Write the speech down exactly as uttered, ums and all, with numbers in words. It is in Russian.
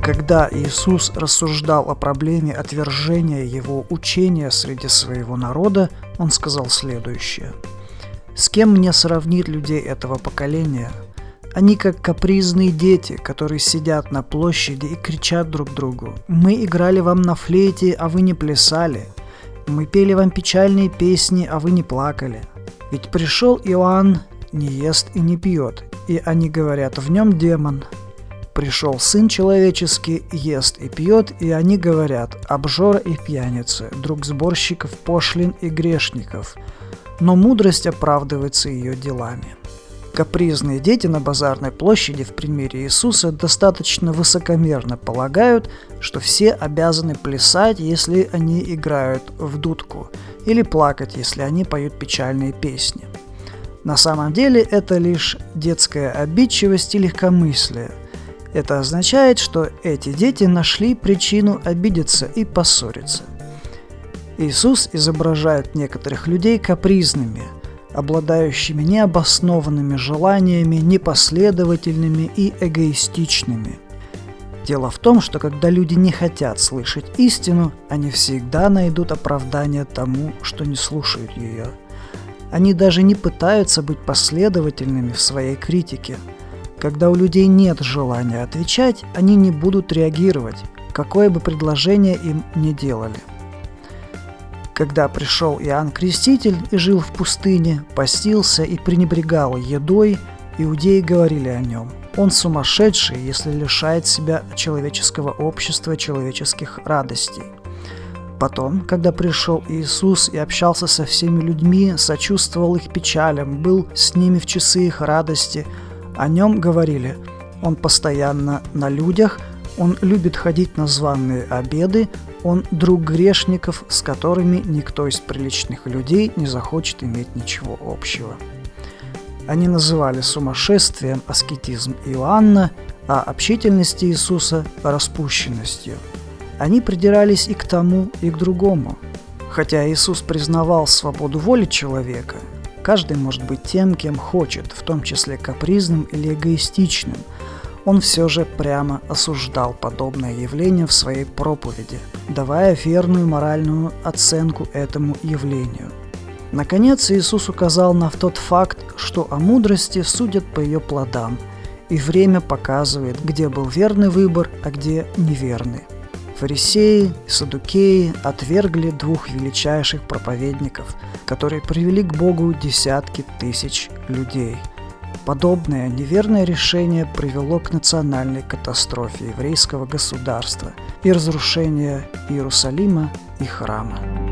Когда Иисус рассуждал о проблеме отвержения Его учения среди своего народа, Он сказал следующее: «С кем мне сравнить людей этого поколения? Они как капризные дети, которые сидят на площади и кричат друг другу: „Мы играли вам на флейте, а вы не плясали. Мы пели вам печальные песни, а вы не плакали. Ведь пришел Иоанн, не ест и не пьет, и они говорят: в нем демон. Пришел Сын Человеческий, ест и пьет, и они говорят: обжора и пьяница, друг сборщиков пошлин и грешников. Но мудрость оправдывается ее делами». Капризные дети на базарной площади в примере Иисуса достаточно высокомерно полагают, что все обязаны плясать, если они играют в дудку, или плакать, если они поют печальные песни. На самом деле это лишь детская обидчивость и легкомыслие. Это означает, что эти дети нашли причину обидеться и поссориться. Иисус изображает некоторых людей капризными, обладающими необоснованными желаниями, непоследовательными и эгоистичными. Дело в том, что когда люди не хотят слышать истину, они всегда найдут оправдание тому, что не слушают ее. Они даже не пытаются быть последовательными в своей критике. Когда у людей нет желания отвечать, они не будут реагировать, какое бы предложение им ни делали. Когда пришел Иоанн Креститель и жил в пустыне, постился и пренебрегал едой, иудеи говорили о нем: «Он сумасшедший, если лишает себя человеческого общества, человеческих радостей». Потом, когда пришел Иисус и общался со всеми людьми, сочувствовал их печалям, был с ними в часы их радости, о нем говорили: «Он постоянно на людях, он любит ходить на званые обеды, он друг грешников, с которыми никто из приличных людей не захочет иметь ничего общего». Они называли сумасшествием аскетизм Иоанна, а общительность Иисуса – распущенностью. Они придирались и к тому, и к другому. Хотя Иисус признавал свободу воли человека, каждый может быть тем, кем хочет, в том числе капризным или эгоистичным, он все же прямо осуждал подобное явление в своей проповеди, давая верную моральную оценку этому явлению. Наконец, Иисус указал на тот факт, что о мудрости судят по ее плодам, и время показывает, где был верный выбор, а где неверный. Фарисеи и саддукеи отвергли двух величайших проповедников, которые привели к Богу десятки тысяч людей. Подобное неверное решение привело к национальной катастрофе еврейского государства и разрушению Иерусалима и храма.